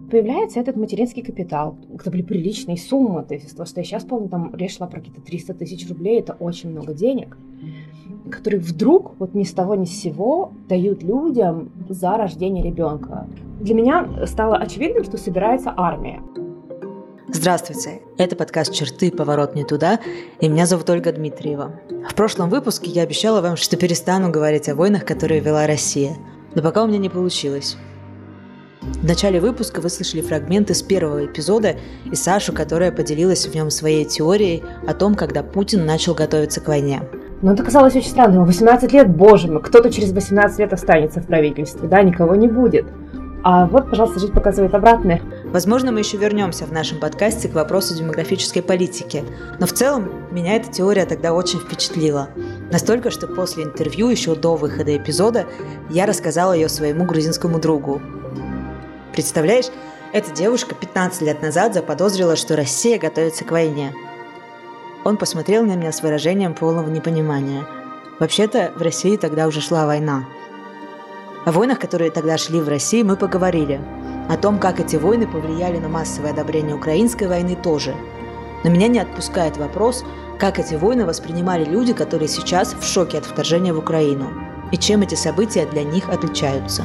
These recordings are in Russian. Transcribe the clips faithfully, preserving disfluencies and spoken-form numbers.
Появляется этот материнский капитал. Это были приличные суммы. То есть, то, что я сейчас помню, там речь шла про какие-то триста тысяч рублей. Это очень много денег, которые вдруг, вот ни с того ни с сего, дают людям за рождение ребенка. Для меня стало очевидным, что собирается армия. Здравствуйте, это подкаст «Черты. Поворот не туда», и меня зовут Ольга Дмитриева. В прошлом выпуске я обещала вам, что перестану говорить о войнах, которые вела Россия, но пока у меня не получилось. В начале выпуска вы слышали фрагменты с первого эпизода и Сашу, которая поделилась в нем своей теорией о том, когда Путин начал готовиться к войне. Но это казалось очень странным. восемнадцать лет, боже мой, кто-то через восемнадцать лет останется в правительстве, да, никого не будет. А вот, пожалуйста, жизнь показывает обратное. Возможно, мы еще вернемся в нашем подкасте к вопросу демографической политики. Но в целом меня эта теория тогда очень впечатлила. Настолько, что после интервью, еще до выхода эпизода, я рассказала ее своему грузинскому другу. Представляешь, эта девушка пятнадцать лет назад заподозрила, что Россия готовится к войне. Он посмотрел на меня с выражением полного непонимания. Вообще-то в России тогда уже шла война. О войнах, которые тогда шли в России, мы поговорили. О том, как эти войны повлияли на массовое одобрение украинской войны, тоже. Но меня не отпускает вопрос, как эти войны воспринимали люди, которые сейчас в шоке от вторжения в Украину. И чем эти события для них отличаются.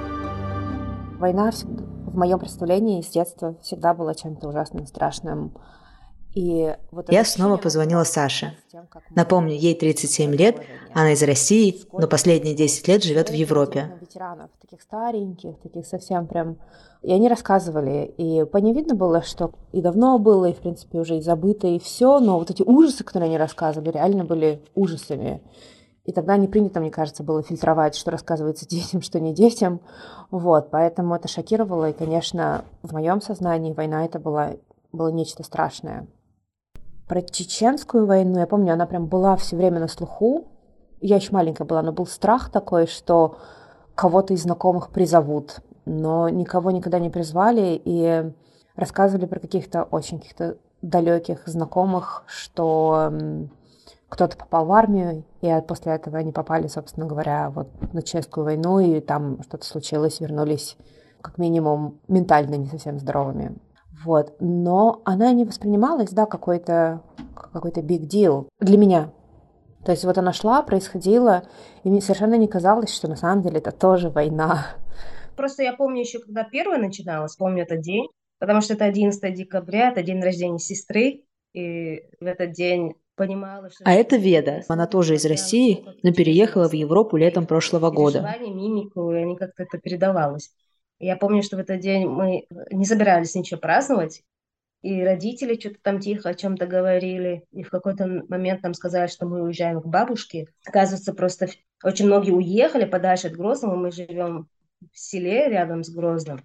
Война в моем представлении с детства всегда была чем-то ужасным, страшным. И вот я снова позвонила Саше. Напомню, ей тридцать семь лет, она из России, но последние десять лет живет в Европе. Ветеранов, таких стареньких, таких совсем прям... И они рассказывали, и по ним видно было, что и давно было, и, в принципе, уже и забыто, и все, но вот эти ужасы, которые они рассказывали, реально были ужасами. И тогда не принято, мне кажется, было фильтровать, что рассказывается детям, что не детям. Вот, поэтому это шокировало, и, конечно, в моем сознании война это была, было нечто страшное. Про чеченскую войну, я помню, она прям была все время на слуху. Я еще маленькая была, но был страх такой, что кого-то из знакомых призовут. Но никого никогда не призвали, и рассказывали про каких-то очень каких-то далеких знакомых, что кто-то попал в армию, и после этого они попали, собственно говоря, вот на чеченскую войну, и там что-то случилось, вернулись как минимум ментально не совсем здоровыми. Вот. Но она не воспринималась, да, какой-то, какой-то big deal для меня. То есть вот она шла, происходила, и мне совершенно не казалось, что на самом деле это тоже война. Просто я помню еще, когда первая начиналась, помню этот день, потому что это одиннадцатого декабря, это день рождения сестры, и в этот день понимала, что... А это Веда, она тоже из России, но переехала в Европу летом прошлого года. Переживания, мимику, и они как-то это передавалось. Я помню, что в этот день мы не собирались ничего праздновать, и родители что-то там тихо о чем-то говорили, и в какой-то момент нам сказали, что мы уезжаем к бабушке. Оказывается, просто очень многие уехали подальше от Грозного, мы живем в селе рядом с Грозным.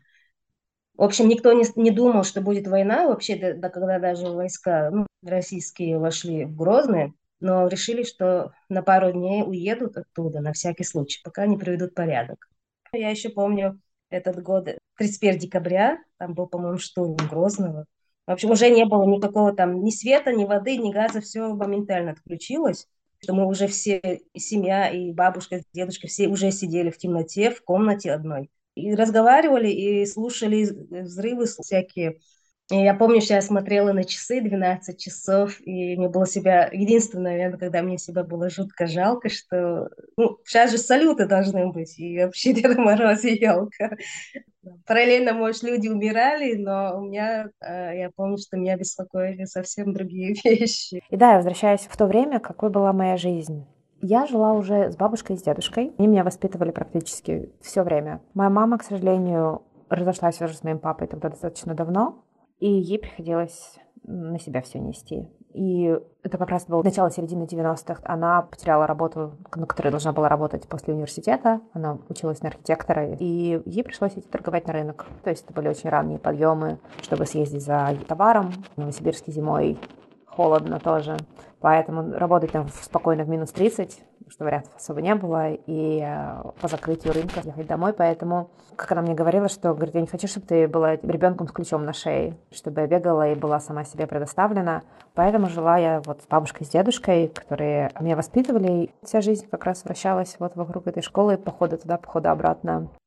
В общем, никто не, не думал, что будет война, вообще, да, да, когда даже войска ну, российские вошли в Грозный, но решили, что на пару дней уедут оттуда, на всякий случай, пока не приведут порядок. Я еще помню этот год, тридцать первого декабря, там был, по-моему, штурм Грозного. В общем, уже не было никакого там ни света, ни воды, ни газа, все моментально отключилось. Что мы уже все, и семья, и бабушка, и дедушка, все уже сидели в темноте, в комнате одной. И разговаривали, и слушали взрывы всякие. И я помню, что я смотрела на часы, двенадцать часов, и мне было себя... Единственное, наверное, когда мне себя было жутко жалко, что... Ну, сейчас же салюты должны быть, и вообще Деда Мороз и елка. Параллельно, может, люди умирали, но у меня... Я помню, что меня беспокоили совсем другие вещи. И да, я возвращаюсь в то время, какой была моя жизнь. Я жила уже с бабушкой и с дедушкой. Они меня воспитывали практически все время. Моя мама, к сожалению, разошлась уже с моим папой тогда достаточно давно, и ей приходилось на себя все нести. И это как раз было начало-середины девяностых. Она потеряла работу, на которой должна была работать после университета. Она училась на архитектора, и ей пришлось идти торговать на рынок. То есть это были очень ранние подъемы, чтобы съездить за товаром. В Новосибирске зимой холодно тоже. Поэтому работать там спокойно в минус тридцать, что вариантов особо не было, и по закрытию рынка ехать домой. Поэтому, как она мне говорила, что, говорит, я не хочу, чтобы ты была ребенком с ключом на шее, чтобы я бегала и была сама себе предоставлена. Поэтому жила я вот с бабушкой, с дедушкой, которые меня воспитывали. И вся жизнь как раз вращалась вот вокруг этой школы, похода туда, похода обратно.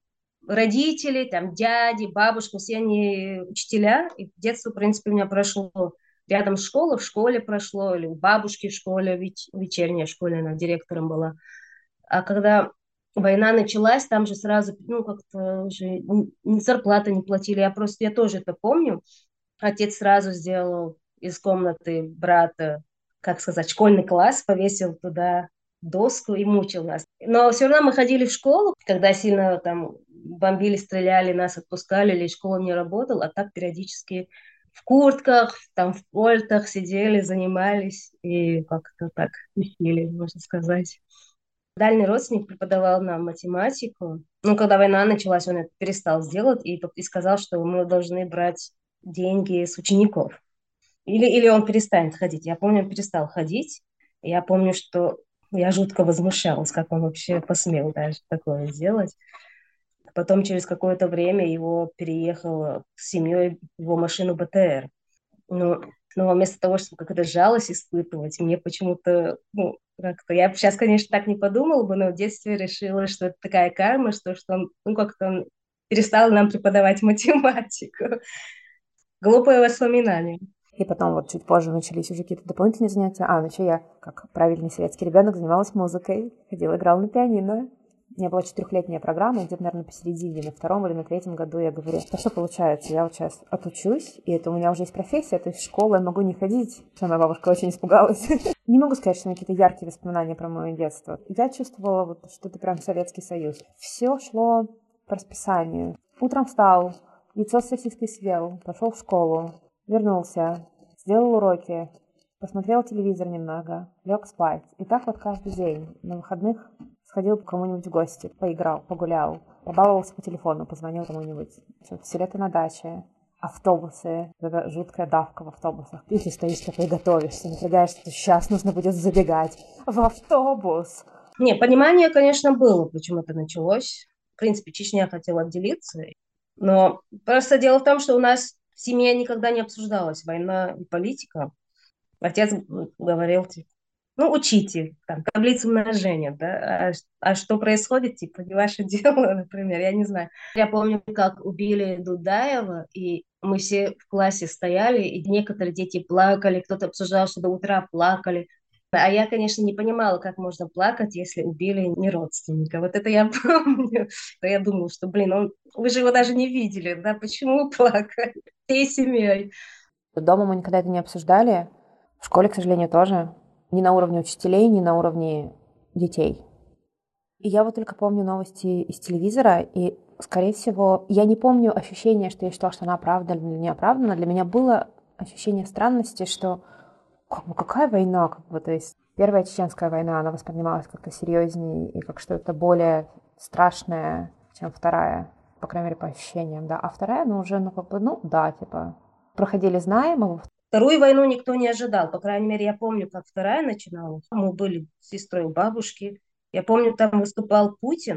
родители, там, дяди, бабушка, все они учителя. И детство, в принципе, у меня прошло рядом с школой, в школе прошло, или у бабушки в школе, веч- вечерняя школе, она директором была. А когда война началась, там же сразу, ну, как-то уже н- ни зарплаты не платили. Я просто, я тоже это помню. Отец сразу сделал из комнаты брата, как сказать, школьный класс, повесил туда доску и мучил нас. Но все равно мы ходили в школу, когда сильно там бомбили, стреляли, нас отпускали, или школа не работала, а так периодически в куртках, там в пальтах сидели, занимались и как-то так учили, можно сказать. Дальний родственник преподавал нам математику. Ну, когда война началась, он это перестал сделать и, и сказал, что мы должны брать деньги с учеников. Или, или он перестанет ходить. Я помню, он перестал ходить. Я помню, что я жутко возмущалась, как он вообще посмел даже такое сделать. Потом через какое-то время его переехала с семьей в его машину бэ тэ эр. Ну, но вместо того, чтобы как-то жалость испытывать, мне почему-то, ну, как-то, я сейчас, конечно, так не подумала бы, но в детстве решила, что это такая карма, что, что он, ну, как-то он перестал нам преподавать математику. Глупое воспоминание. И потом вот чуть позже начались уже какие-то дополнительные занятия. А, ну еще я, как правильный советский ребенок, занималась музыкой, ходила, играла на пианино. У меня была четырехлетняя программа, и где-то, наверное, посередине, на втором или на третьем году я говорю, а что получается, я вот сейчас отучусь, и это у меня уже есть профессия, то есть в школу я могу не ходить. Что моя бабушка очень испугалась. Не могу сказать, что у меня какие-то яркие воспоминания про мое детство. Я чувствовала, вот, что это прям Советский Союз. Все шло по расписанию. Утром встал, яйцо с сосиской съел, пошел в школу, вернулся, сделал уроки, посмотрел телевизор немного, лег спать. И так вот каждый день. На выходных сходил к кому-нибудь в гости, поиграл, погулял, побаловался по телефону, позвонил кому-нибудь. Все, все лето на даче. Автобусы, это жуткая давка в автобусах. И ты стоишь такой, готовишься, напрягаешься, что сейчас нужно будет забегать в автобус. Не, понимание, конечно, было, почему это началось. В принципе, Чечня хотела отделиться. Но просто дело в том, что у нас в семье никогда не обсуждалась война и политика. Отец говорил, типа, ну, учите, там, таблицу умножения, да, а, а что происходит, типа, не ваше дело, например, я не знаю. Я помню, как убили Дудаева, и мы все в классе стояли, и некоторые дети плакали, кто-то обсуждал, что до утра плакали. А я, конечно, не понимала, как можно плакать, если убили не родственника. Вот это я помню. Я думала, что, блин, он, вы же его даже не видели, да, почему плакали всей семьей? Дома мы никогда это не обсуждали, в школе, к сожалению, тоже. Ни на уровне учителей, ни на уровне детей. И я вот только помню новости из телевизора, и, скорее всего, я не помню ощущение, что я считала, что она оправдана или не оправдана. Для меня было ощущение странности, что как бы, какая война, как бы, то есть Первая чеченская война, она воспринималась как-то серьезнее и как что-то более страшное, чем вторая, по крайней мере, по ощущениям, да. А вторая, ну, уже, ну, как бы, ну, да, типа, проходили знаемо. Вторую войну никто не ожидал. По крайней мере, я помню, как вторая начиналась. Мы были с сестрой у бабушки. Я помню, там выступал Путин,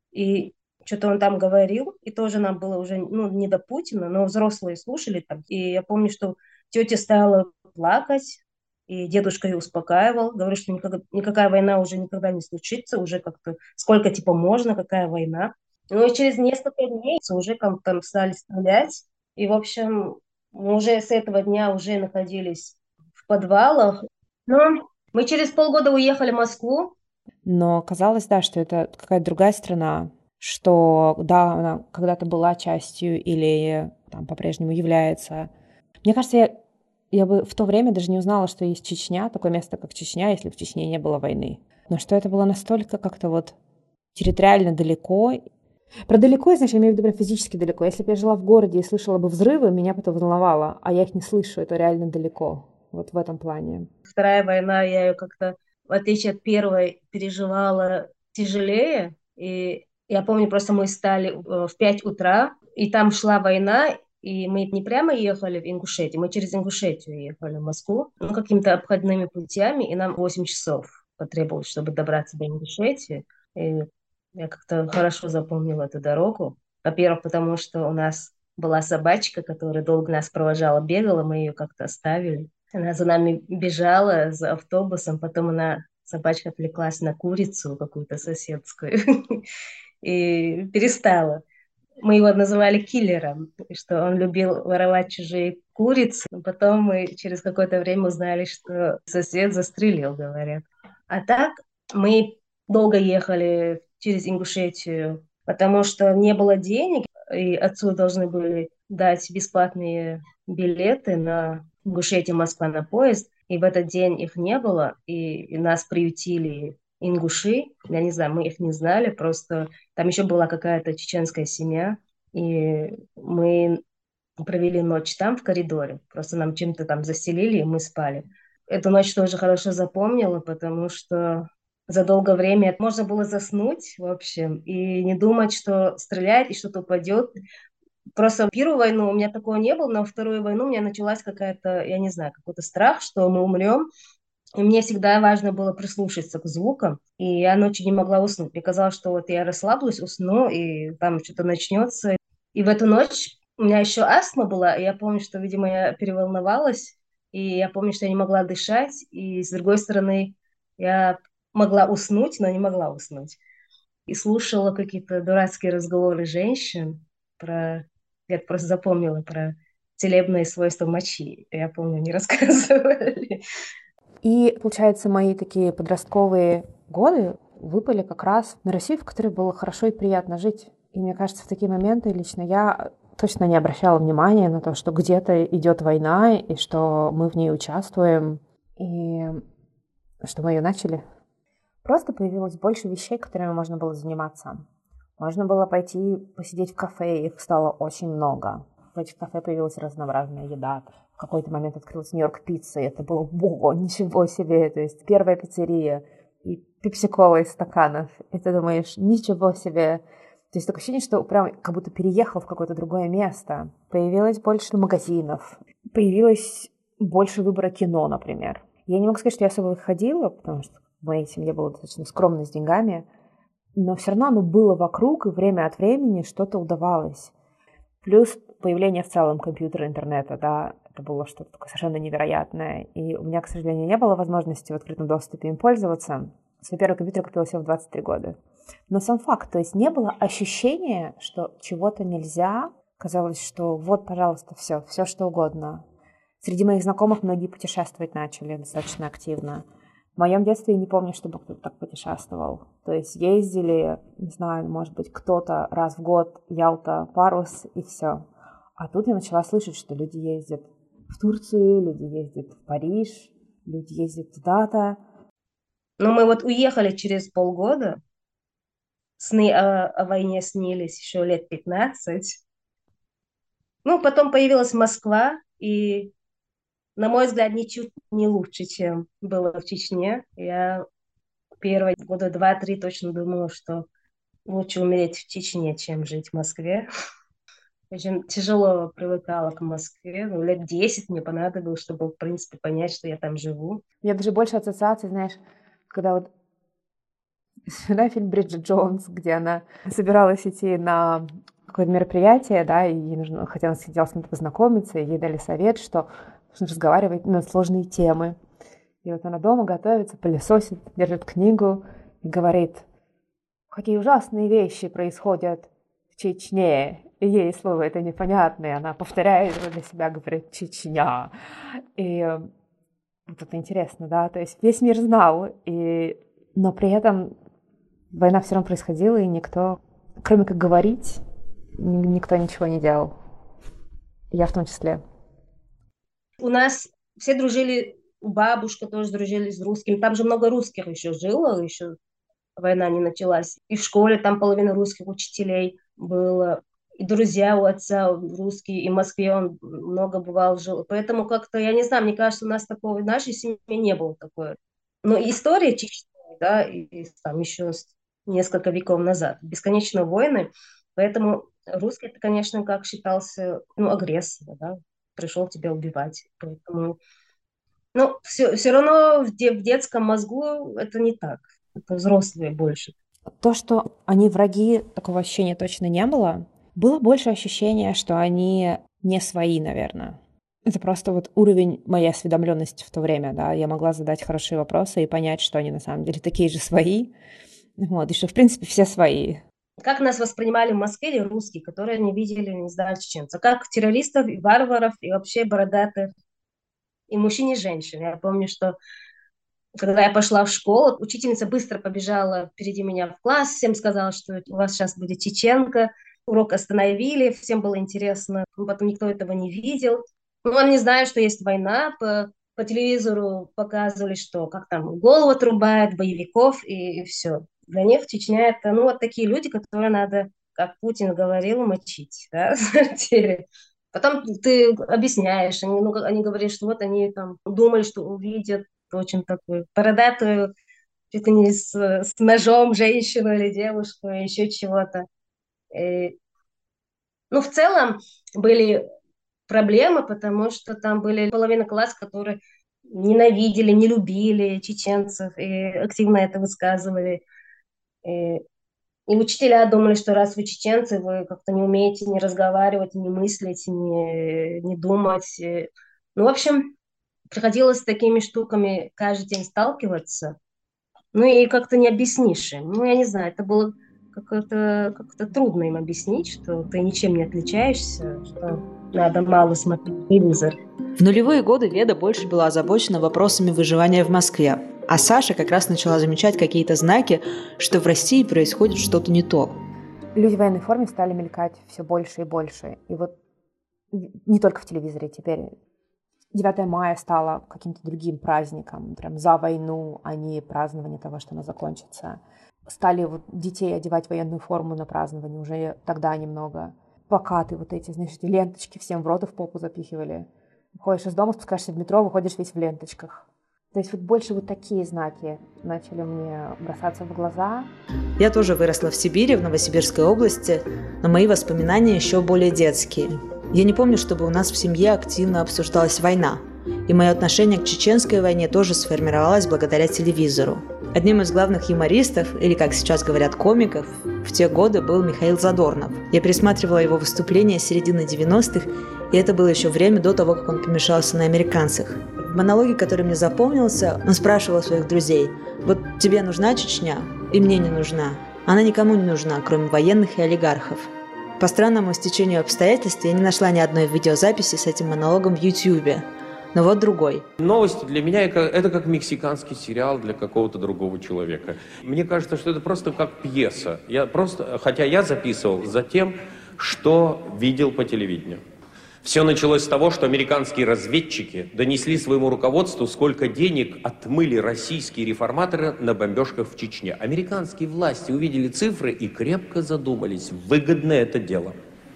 и что-то он там говорил, и тоже нам было уже, ну, не до Путина, но взрослые слушали там. И я помню, что тетя стала плакать, и дедушка ее успокаивал, говорил, что никак, никакая война уже никогда не случится, уже как-то сколько типа можно, какая война. Ну и через несколько дней уже как там стали стрелять, и, в общем, мы уже с этого дня уже находились в подвалах. Но мы через полгода уехали в Москву. Но казалось, да, что это какая-то другая страна, что, да, она когда-то была частью или там по-прежнему является. Мне кажется, я, я бы в то время даже не узнала, что есть Чечня, такое место, как Чечня, если в Чечне не было войны. Но что это было настолько как-то вот территориально далеко. Про далеко, значит, я имею в виду прям физически далеко. Если бы я жила в городе и слышала бы взрывы, меня бы это волновало, а я их не слышу, это реально далеко. Вот в этом плане. Вторая война, я ее как-то, в отличие от первой, переживала тяжелее. И я помню, просто мы стали э, в пять утра, и там шла война, и мы не прямо ехали в Ингушетию, мы через Ингушетию ехали в Москву, ну, какими-то обходными путями, и нам восемь часов потребовалось, чтобы добраться до Ингушетии. И я как-то хорошо запомнила эту дорогу. Во-первых, потому что у нас была собачка, которая долго нас провожала, бегала, мы ее как-то оставили. Она за нами бежала, за автобусом, потом она, собачка, отвлеклась на курицу какую-то соседскую и перестала. Мы его называли киллером, что он любил воровать чужие курицы. Но потом мы через какое-то время узнали, что сосед застрелил, говорят. А так мы долго ехали через Ингушетию, потому что не было денег, и отцу должны были дать бесплатные билеты на Ингушетию, Москва на поезд. И в этот день их не было, и, и нас приютили ингуши. Я не знаю, мы их не знали, просто там еще была какая-то чеченская семья, и мы провели ночь там, в коридоре. Просто нам чем-то там заселили, и мы спали. Эту ночь тоже хорошо запомнила, потому что за долгое время можно было заснуть, в общем, и не думать, что стреляет и что-то упадет. Просто первую войну у меня такого не было, но во вторую войну у меня началась какая-то, я не знаю, какой-то страх, что мы умрем. И мне всегда важно было прислушаться к звукам, и я ночью не могла уснуть. Мне казалось, что вот я расслаблюсь, усну, и там что-то начнется. И в эту ночь у меня еще астма была, и я помню, что, видимо, я переволновалась, и я помню, что я не могла дышать, и с другой стороны, я могла уснуть, но не могла уснуть. И слушала какие-то дурацкие разговоры женщин про... Я просто запомнила про целебные свойства мочи. Я помню, они рассказывали. И, получается, мои такие подростковые годы выпали как раз на Россию, в которой было хорошо и приятно жить. И мне кажется, в такие моменты лично я точно не обращала внимания на то, что где-то идет война, и что мы в ней участвуем, и что мы ее начали. Просто появилось больше вещей, которыми можно было заниматься. Можно было пойти посидеть в кафе, их стало очень много. В этих кафе появилась разнообразная еда. В какой-то момент открылась Нью-Йорк пицца, и это было «Во, ничего себе!» То есть первая пиццерия, и пепси-кола из стаканов. И ты думаешь «Ничего себе!» То есть такое ощущение, что прям как будто переехал в какое-то другое место. Появилось больше магазинов, появилось больше выбора кино, например. Я не могу сказать, что я особо выходила, потому что в моей семье было достаточно скромно с деньгами, но все равно оно было вокруг, и время от времени что-то удавалось. Плюс появление в целом компьютера, интернета, да, это было что-то такое совершенно невероятное. И у меня, к сожалению, не было возможности в открытом доступе им пользоваться. Свой первый компьютер купила себе в двадцать три года. Но сам факт, то есть не было ощущения, что чего-то нельзя. Казалось, что вот, пожалуйста, все, все что угодно. Среди моих знакомых многие путешествовать начали достаточно активно. В моем детстве я не помню, чтобы кто-то так путешествовал. То есть ездили, не знаю, может быть, кто-то раз в год, Ялта, парус и все. А тут я начала слышать, что люди ездят в Турцию, люди ездят в Париж, люди ездят туда-то. Но мы вот уехали через полгода. Сны о, о войне снились еще лет пятнадцать. Ну, потом появилась Москва, и, на мой взгляд, ничуть не лучше, чем было в Чечне. Я первые года два-три точно думала, что лучше умереть в Чечне, чем жить в Москве. Очень тяжело привыкала к Москве. Ну, лет десять мне понадобилось, чтобы, в принципе, понять, что я там живу. У меня даже больше ассоциаций, знаешь, когда вот вспоминаю фильм «Бриджит Джонс», где она собиралась идти на какое-то мероприятие, да, и ей нужно, хотя она хотела с кем-то познакомиться, и ей дали совет, что нужно разговаривать на сложные темы. И вот она дома готовится, пылесосит, держит книгу и говорит, какие ужасные вещи происходят в Чечне. И ей слово это непонятное, она повторяет его для себя, говорит «Чечня». И вот это интересно, да, то есть весь мир знал, и... но при этом война все равно происходила, и никто, кроме как говорить, никто ничего не делал. Я в том числе. У нас все дружили, бабушка тоже дружили с русскими. Там же много русских еще жило, еще война не началась. И в школе там половина русских учителей было. И друзья у отца русские, и в Москве он много бывал, жил. Поэтому как-то, я не знаю, мне кажется, у нас такого, в нашей семье не было такое. Но история Чечни, да, и там еще несколько веков назад, бесконечные войны. Поэтому русский, это, конечно, как считался, ну, агрессор, да, пришел тебя убивать. Поэтому, ну, все, все равно в, де, в детском мозгу это не так. Это взрослые больше. То, что они враги, такого ощущения точно не было. Было больше ощущения, что они не свои, наверное. Это просто вот уровень моей осведомленности в то время, да. Я могла задать хорошие вопросы и понять, что они на самом деле такие же свои. Вот, и что, в принципе, все свои. Как нас воспринимали в Москве русские, которые не видели, не знаю, чеченцев. Как террористов и варваров, и вообще бородатых, и мужчин, и женщин. Я помню, что когда я пошла в школу, учительница быстро побежала впереди меня в класс, всем сказала, что у вас сейчас будет чеченка. Урок остановили, всем было интересно, потом никто этого не видел. Ну, они знают, что есть война, по, по телевизору показывали, что как там голову отрубают, боевиков и, и все. Для них Чечня это, ну, вот такие люди, которые надо, как Путин говорил, мочить, да, в деле. Потом ты объясняешь, они, ну, они говорят, что вот они там думали, что увидят очень такую бородатую, чуть ли не с, с ножом женщину или девушку, еще чего-то. И, ну, в целом были проблемы, потому что там были половина класса, которые ненавидели, не любили чеченцев и активно это высказывали. И, и учителя думали, что раз вы чеченцы, вы как-то не умеете не разговаривать, не мыслить, не, не думать. Ну, в общем, приходилось с такими штуками каждый день сталкиваться. Ну и как-то не объяснишь им. Ну, я не знаю, это было как-то как трудно им объяснить, что ты ничем не отличаешься, что надо мало смотреть телевизор. В нулевые годы Леда больше была озабочена вопросами выживания в Москве, а Саша как раз начала замечать какие-то знаки, что в России происходит что-то не то. Люди в военной форме стали мелькать все больше и больше. И вот не только в телевизоре теперь. девятое мая стало каким-то другим праздником, прям за войну, а не празднование того, что она закончится. Стали вот детей одевать в военную форму на празднование, уже тогда немного. Плакаты вот эти, знаешь, эти ленточки всем в рот и в попу запихивали. Выходишь из дома, спускаешься в метро, выходишь весь в ленточках. То есть вот больше вот такие знаки начали мне бросаться в глаза. Я тоже выросла в Сибири, в Новосибирской области, но мои воспоминания еще более детские. Я не помню, чтобы у нас в семье активно обсуждалась война, и мое отношение к чеченской войне тоже сформировалось благодаря телевизору. Одним из главных юмористов, или, как сейчас говорят, комиков, в те годы был Михаил Задорнов. Я пересматривала его выступления с середины девяностых, и это было еще время до того, как он помешался на американцах. В монологе, который мне запомнился, он спрашивал своих друзей: «Вот тебе нужна Чечня? И мне не нужна. Она никому не нужна, кроме военных и олигархов». По странному стечению обстоятельств я не нашла ни одной видеозаписи с этим монологом в Ютьюбе. Но вот другой. Новости для меня это как мексиканский сериал для какого-то другого человека. Мне кажется, что это просто как пьеса. Я просто, хотя я записывал за тем, что видел по телевидению. Все началось с того, что американские разведчики донесли своему руководству, сколько денег отмыли российские реформаторы на бомбежках в Чечне. Американские власти увидели цифры и крепко задумались, выгодно это дело.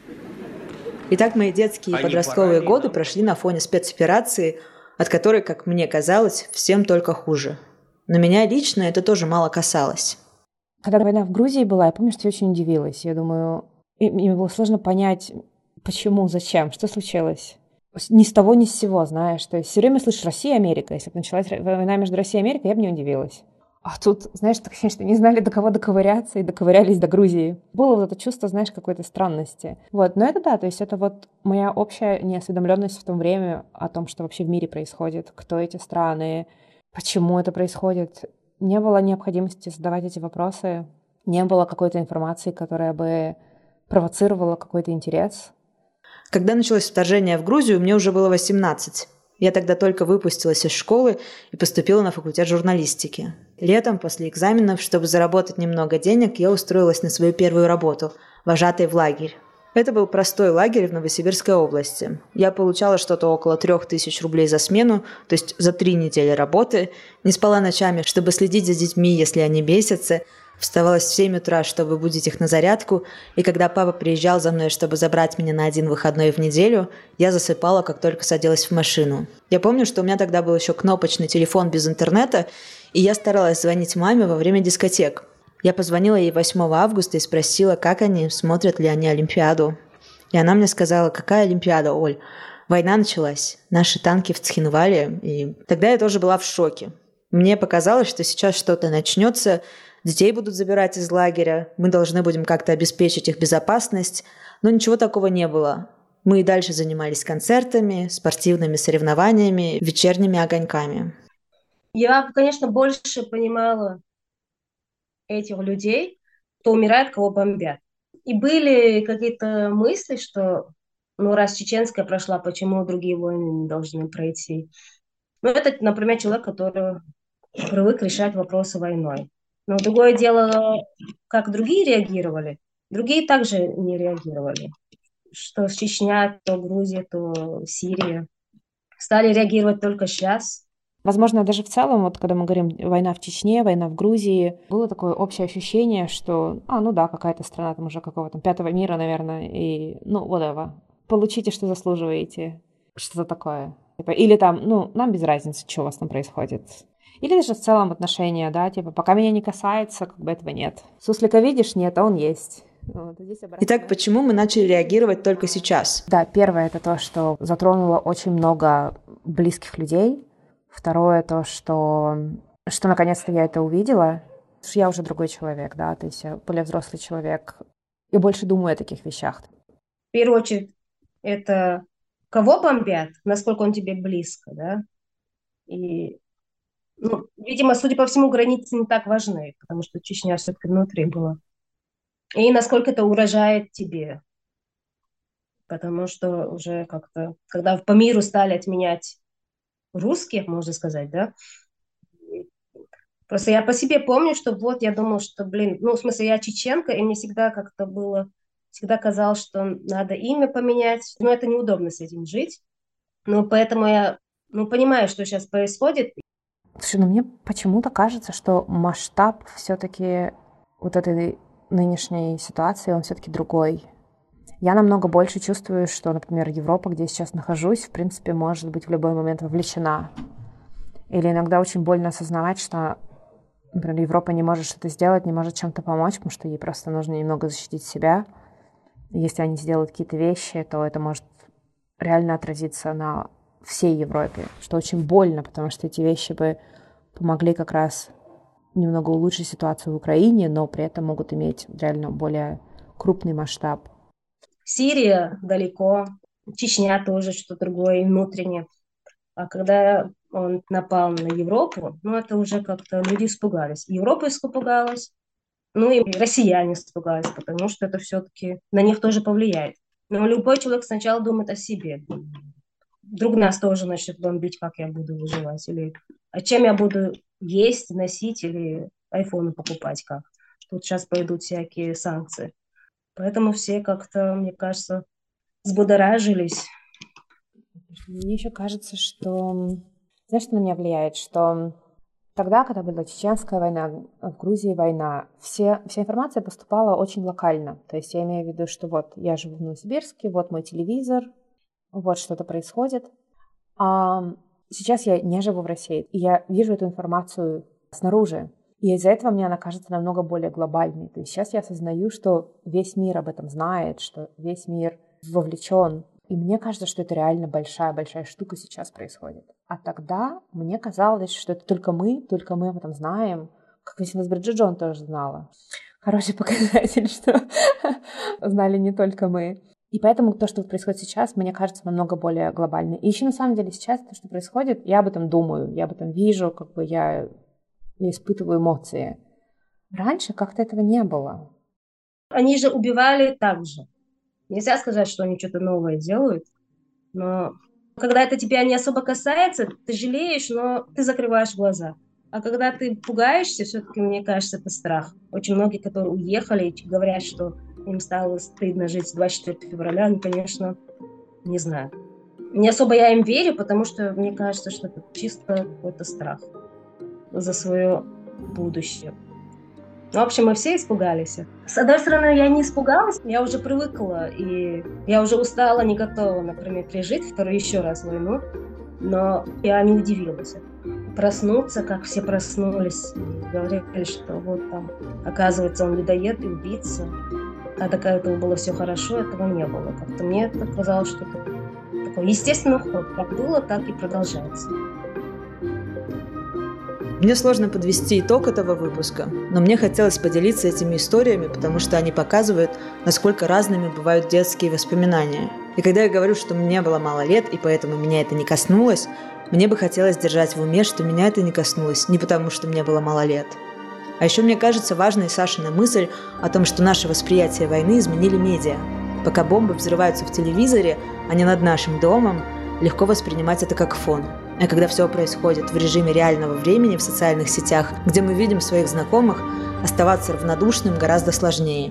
Итак, мои детские и подростковые годы прошли на фоне спецоперации, от которой, как мне казалось, всем только хуже. Но меня лично это тоже мало касалось. Когда война в Грузии была, я помню, что я очень удивилась. Я думаю, мне было сложно понять, почему, зачем, что случилось. Ни с того, ни с сего, знаешь. То есть все время слышишь Россия, Америка. Если бы началась война между Россией и Америкой, я бы не удивилась. А тут, знаешь, так, конечно, не знали, до кого доковыряться, и доковырялись до Грузии. Было вот это чувство, знаешь, какой-то странности. Вот, но это да, то есть это вот моя общая неосведомленность в то время о том, что вообще в мире происходит, кто эти страны, почему это происходит. Не было необходимости задавать эти вопросы, не было какой-то информации, которая бы провоцировала какой-то интерес. Когда началось вторжение в Грузию, мне уже было восемнадцать. Я тогда только выпустилась из школы и поступила на факультет журналистики. Летом, после экзаменов, чтобы заработать немного денег, я устроилась на свою первую работу – вожатой в лагерь. Это был простой лагерь в Новосибирской области. Я получала что-то около трех тысяч рублей за смену, то есть за три недели работы. Не спала ночами, чтобы следить за детьми, если они бесятся. Вставала в семь утра, чтобы будить их на зарядку, и когда папа приезжал за мной, чтобы забрать меня на один выходной в неделю, я засыпала, как только садилась в машину. Я помню, что у меня тогда был еще кнопочный телефон без интернета, и я старалась звонить маме во время дискотек. Я позвонила ей восьмого августа и спросила, как они, смотрят ли они Олимпиаду. И она мне сказала: «Какая Олимпиада, Оль? Война началась, наши танки в Цхинвале». И тогда я тоже была в шоке. Мне показалось, что сейчас что-то начнется. Детей будут забирать из лагеря, мы должны будем как-то обеспечить их безопасность, но ничего такого не было. Мы и дальше занимались концертами, спортивными соревнованиями, вечерними огоньками. Я, конечно, больше понимала этих людей, кто умирает, кого бомбят. И были какие-то мысли, что ну раз чеченская прошла, почему другие войны не должны пройти? Ну, это, например, человек, который привык решать вопросы войной. Но другое дело, как другие реагировали. Другие также не реагировали. Что Чечня, то Грузия, то Сирия. Стали реагировать только сейчас. Возможно, даже в целом, вот когда мы говорим «война в Чечне», «война в Грузии», было такое общее ощущение, что, а, ну да, какая-то страна там уже какого-то пятого мира, наверное, и, ну, whatever. Получите, что заслуживаете. Что-то такое. Или там, ну, нам без разницы, что у вас там происходит. Или даже в целом отношения, да, типа, пока меня не касается, как бы этого нет. Суслика видишь? Нет, а он есть. Вот, здесь обратно. Итак, почему мы начали реагировать только сейчас? Да, первое — это то, что затронуло очень много близких людей. Второе — то, что, что наконец-то я это увидела. Потому что я уже другой человек, да, то есть я более взрослый человек. Я больше думаю о таких вещах. В первую очередь, это кого бомбят, насколько он тебе близко, да. И, ну, видимо, судя по всему, границы не так важны, потому что Чечня все-таки внутри была. И насколько это угрожает тебе. Потому что уже как-то, когда по миру стали отменять русских, можно сказать, да. Просто я по себе помню, что вот я думала, что, блин, ну, в смысле, я чеченка, и мне всегда как-то было, всегда казалось, что надо имя поменять, но это неудобно с этим жить. Ну, поэтому я, ну, понимаю, что сейчас происходит. Слушай, ну мне почему-то кажется, что масштаб все-таки вот этой нынешней ситуации, он все-таки другой. Я намного больше чувствую, что, например, Европа, где я сейчас нахожусь, в принципе, может быть в любой момент вовлечена. Или иногда очень больно осознавать, что, например, Европа не может что-то сделать, не может чем-то помочь, потому что ей просто нужно немного защитить себя. Если они сделают какие-то вещи, то это может реально отразиться на всей Европе, что очень больно, потому что эти вещи бы помогли как раз немного улучшить ситуацию в Украине, но при этом могут иметь реально более крупный масштаб. Сирия далеко, Чечня тоже что-то другое, внутреннее. А когда он напал на Европу, ну, это уже как-то люди испугались. Европа испугалась, ну, и россияне испугались, потому что это все-таки на них тоже повлияет. Но любой человек сначала думает о себе. Вдруг нас тоже начнет бомбить, как я буду выживать, или а чем я буду есть, носить, или айфоны покупать как. Тут сейчас пойдут всякие санкции. Поэтому все как-то, мне кажется, взбудоражились. Мне еще кажется, что... Знаешь, что на меня влияет? Что тогда, когда была Чеченская война, в Грузии война, все, вся информация поступала очень локально. То есть я имею в виду, что вот я живу в Новосибирске, вот мой телевизор, вот что-то происходит. А сейчас я не живу в России, и я вижу эту информацию снаружи. И из-за этого мне она кажется намного более глобальной. То есть сейчас я осознаю, что весь мир об этом знает, что весь мир вовлечен. И мне кажется, что это реально большая-большая штука сейчас происходит. А тогда мне казалось, что это только мы, только мы об этом знаем. Как если нас Бриджит Джон тоже знала. Хороший показатель, что знали не только мы. И поэтому то, что происходит сейчас, мне кажется намного более глобально. И еще на самом деле сейчас то, что происходит, я об этом думаю, я об этом вижу, как бы я, я испытываю эмоции. Раньше как-то этого не было. Они же убивали так же. Нельзя сказать, что они что-то новое делают, но когда это тебя не особо касается, ты жалеешь, но ты закрываешь глаза. А когда ты пугаешься, все-таки, мне кажется, это страх. Очень многие, которые уехали, говорят, что им стало стыдно жить с двадцать четвёртого февраля, они, конечно, не знаю. Не особо я им верю, потому что мне кажется, что это чисто какой-то страх за свое будущее. В общем, мы все испугались. С одной стороны, я не испугалась, я уже привыкла, и я уже устала, не готова, например, пережить вторую еще раз войну, но я не удивилась. Проснуться, как все проснулись, и говорили, что вот там, оказывается, он людоед и убийца, а до этого было все хорошо, этого не было. Как-то мне это казалось, что это такой естественный ход. Как было, так и продолжается. Мне сложно подвести итог этого выпуска, но мне хотелось поделиться этими историями, потому что они показывают, насколько разными бывают детские воспоминания. И когда я говорю, что мне было мало лет, и поэтому меня это не коснулось, мне бы хотелось держать в уме, что меня это не коснулось не потому, что мне было мало лет, А еще, мне кажется, важной Сашина мысль о том, что наше восприятие войны изменили медиа. Пока бомбы взрываются в телевизоре, а не над нашим домом, легко воспринимать это как фон. А когда все происходит в режиме реального времени в социальных сетях, где мы видим своих знакомых, оставаться равнодушным гораздо сложнее.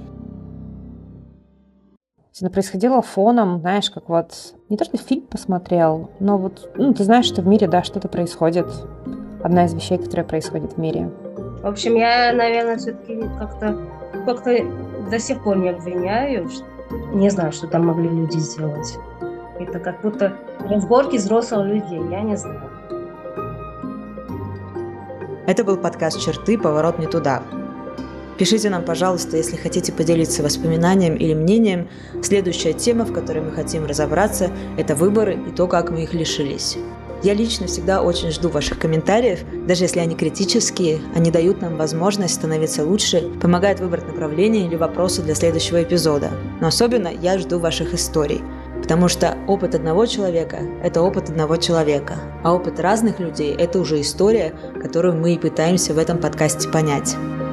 Это происходило фоном, знаешь, как вот не то, что фильм посмотрел, но вот ну, ты знаешь, что в мире, да, что-то происходит. Одна из вещей, которая происходит в мире. В общем, я, наверное, все-таки как-то, как-то до сих пор не обвиняю. Не знаю, что там могли люди сделать. Это как будто разборки взрослых людей, я не знаю. Это был подкаст «Черты. Поворот не туда». Пишите нам, пожалуйста, если хотите поделиться воспоминанием или мнением. Следующая тема, в которой мы хотим разобраться, это выборы и то, как мы их лишились. Я лично всегда очень жду ваших комментариев, даже если они критические, они дают нам возможность становиться лучше, помогают выбрать направление или вопросы для следующего эпизода. Но особенно я жду ваших историй, потому что опыт одного человека – это опыт одного человека, а опыт разных людей – это уже история, которую мы и пытаемся в этом подкасте понять.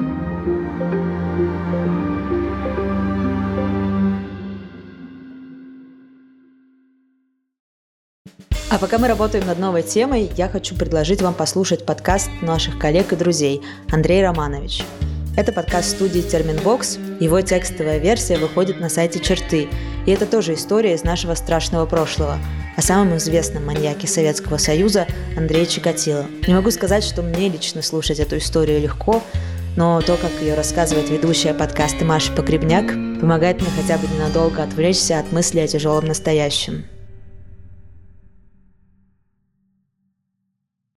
А пока мы работаем над новой темой, я хочу предложить вам послушать подкаст наших коллег и друзей Андрей Романович. Это подкаст студии Терминбокс, его текстовая версия выходит на сайте «Черты», и это тоже история из нашего страшного прошлого, о самом известном маньяке Советского Союза Андрее Чикатило. Не могу сказать, что мне лично слушать эту историю легко, но то, как ее рассказывает ведущая подкаста Маша Погребняк, помогает мне хотя бы ненадолго отвлечься от мысли о тяжелом настоящем.